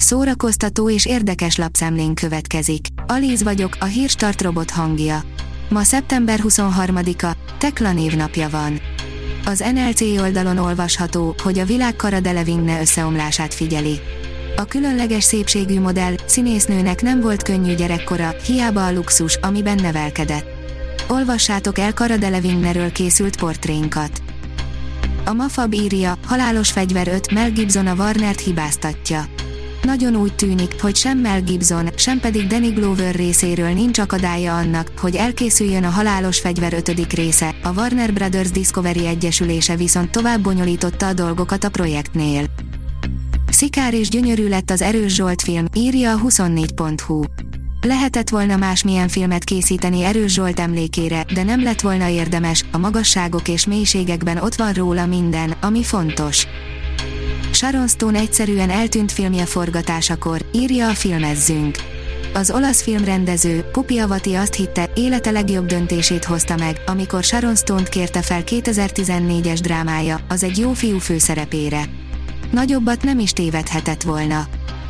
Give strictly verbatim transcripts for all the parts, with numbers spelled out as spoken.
szórakoztató és érdekes lapszemlén következik. Alíz vagyok, a Hírstart robot hangja. Ma szeptember huszonharmadika, Tekla névnapja van. Az en el cé oldalon olvasható, hogy a világ Cara Delevingne összeomlását figyeli. A különleges szépségű modell, színésznőnek nem volt könnyű gyerekkora, hiába a luxus, amiben nevelkedett. Olvassátok el Cara Delevingneről készült portrénkat. A Mafab írja, Halálos fegyver öt, Mel Gibson a Warnert hibáztatja. Nagyon úgy tűnik, hogy sem Mel Gibson, sem pedig Danny Glover részéről nincs akadálya annak, hogy elkészüljön a Halálos fegyver ötödik része, a Warner Brothers Discovery Egyesülése viszont tovább bonyolította a dolgokat a projektnél. Szikár és gyönyörű lett az Erős Zsolt film, írja a huszonnégy pont hu. Lehetett volna másmilyen filmet készíteni Erős Zsolt emlékére, de nem lett volna érdemes, a magasságok és mélységekben ott van róla minden, ami fontos. Sharon Stone egyszerűen eltűnt filmje forgatásakor, írja a Filmezzünk. Az olasz filmrendező, Pupi Avati azt hitte, élete legjobb döntését hozta meg, amikor Sharon Stone-t kérte fel kétezer-tizennégyes drámája, Az egy jó fiú főszerepére. Nagyobbat nem is tévedhetett volna.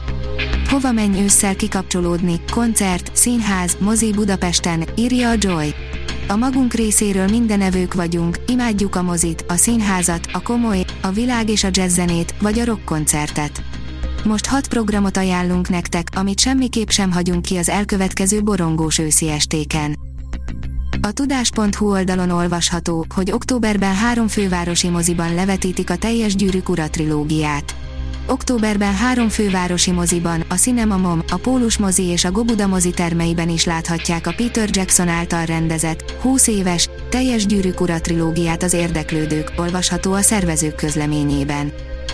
Hova menj ősszel kikapcsolódni, koncert, színház, mozi Budapesten, írja a Joy. A magunk részéről mindenevők vagyunk, imádjuk a mozit, a színházat, a komoly, a világ és a jazzzenét, vagy a rockkoncertet. Most hat programot ajánlunk nektek, amit semmiképp sem hagyunk ki az elkövetkező borongós őszi estéken. A tudás pont hu oldalon olvasható, hogy októberben három fővárosi moziban levetítik a Teljes gyűrűk ura trilógiát. Októberben három fővárosi moziban, a Cinema Mom, a Pólus mozi és a Gobuda mozi termeiben is láthatják a Peter Jackson által rendezett, húsz éves, Teljes gyűrűk ura trilógiát az érdeklődők, olvasható a szervezők közleményében.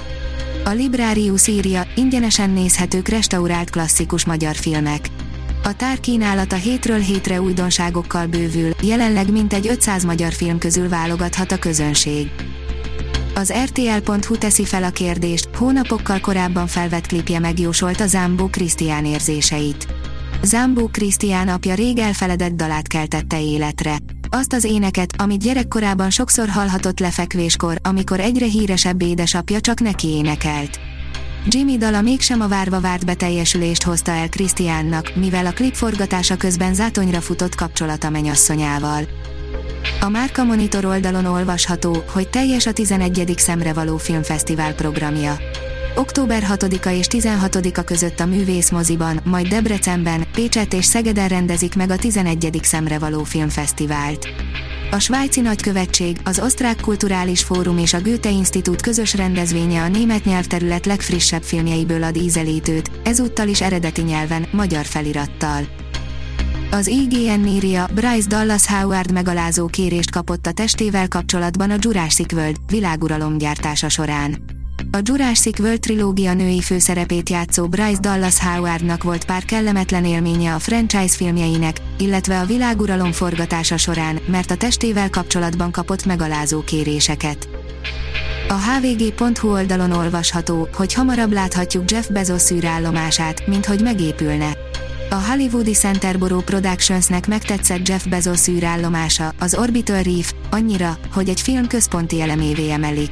A Librarius írja, ingyenesen nézhetők restaurált klasszikus magyar filmek. A tárkínálata hétről hétre újdonságokkal bővül, jelenleg mintegy ötszáz magyar film közül válogathat a közönség. Az er té el pont hu teszi fel a kérdést, hónapokkal korábban felvett klipje megjósolta Zambó Krisztián érzéseit. Zambó Krisztián apja rég elfeledett dalát keltette életre. Azt az éneket, amit gyerekkorában sokszor hallhatott lefekvéskor, amikor egyre híresebb édesapja csak neki énekelt. Jimmy dala mégsem a várva várt beteljesülést hozta el Krisztiánnak, mivel a klip forgatása közben zátonyra futott kapcsolata menyasszonyával. A Márka Monitor oldalon olvasható, hogy teljes a tizenegyedik Szemrevaló Filmfesztivál programja. október hatodika és tizenhatodika között a Művészmoziban, majd Debrecenben, Pécsett és Szegeden rendezik meg a tizenegyedik Szemrevaló Filmfesztivált. A svájci nagykövetség, az Osztrák Kulturális Fórum és a Goethe-Institut közös rendezvénye a német nyelvterület legfrissebb filmjeiből ad ízelítőt, ezúttal is eredeti nyelven, magyar felirattal. Az i gé en írja, Bryce Dallas Howard megalázó kérést kapott a testével kapcsolatban a Jurassic World világuralom gyártása során. A Jurassic World trilógia női főszerepét játszó Bryce Dallas Howardnak volt pár kellemetlen élménye a franchise filmjeinek, illetve a világuralom forgatása során, mert a testével kapcsolatban kapott megalázó kéréseket. A há vé gé pont hu oldalon olvasható, hogy hamarabb láthatjuk Jeff Bezos űrállomását, mint hogy megépülne. A hollywoodi Centerborough Productionsnek megtetszett Jeff Bezos űrállomása, az Orbital Reef, annyira, hogy egy film központi elemévé emelik.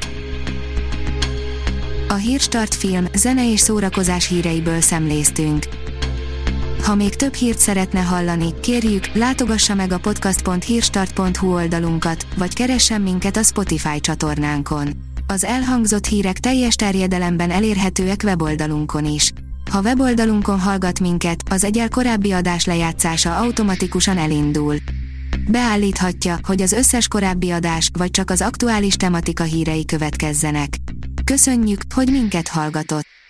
A Hírstart film, zene és szórakozás híreiből szemléztünk. Ha még több hírt szeretne hallani, kérjük, látogassa meg a podcast pont hírstart pont hu oldalunkat, vagy keressen minket a Spotify csatornánkon. Az elhangzott hírek teljes terjedelemben elérhetőek weboldalunkon is. Ha weboldalunkon hallgat minket, az egyel korábbi adás lejátszása automatikusan elindul. Beállíthatja, hogy az összes korábbi adás, vagy csak az aktuális tematika hírei következzenek. Köszönjük, hogy minket hallgatott!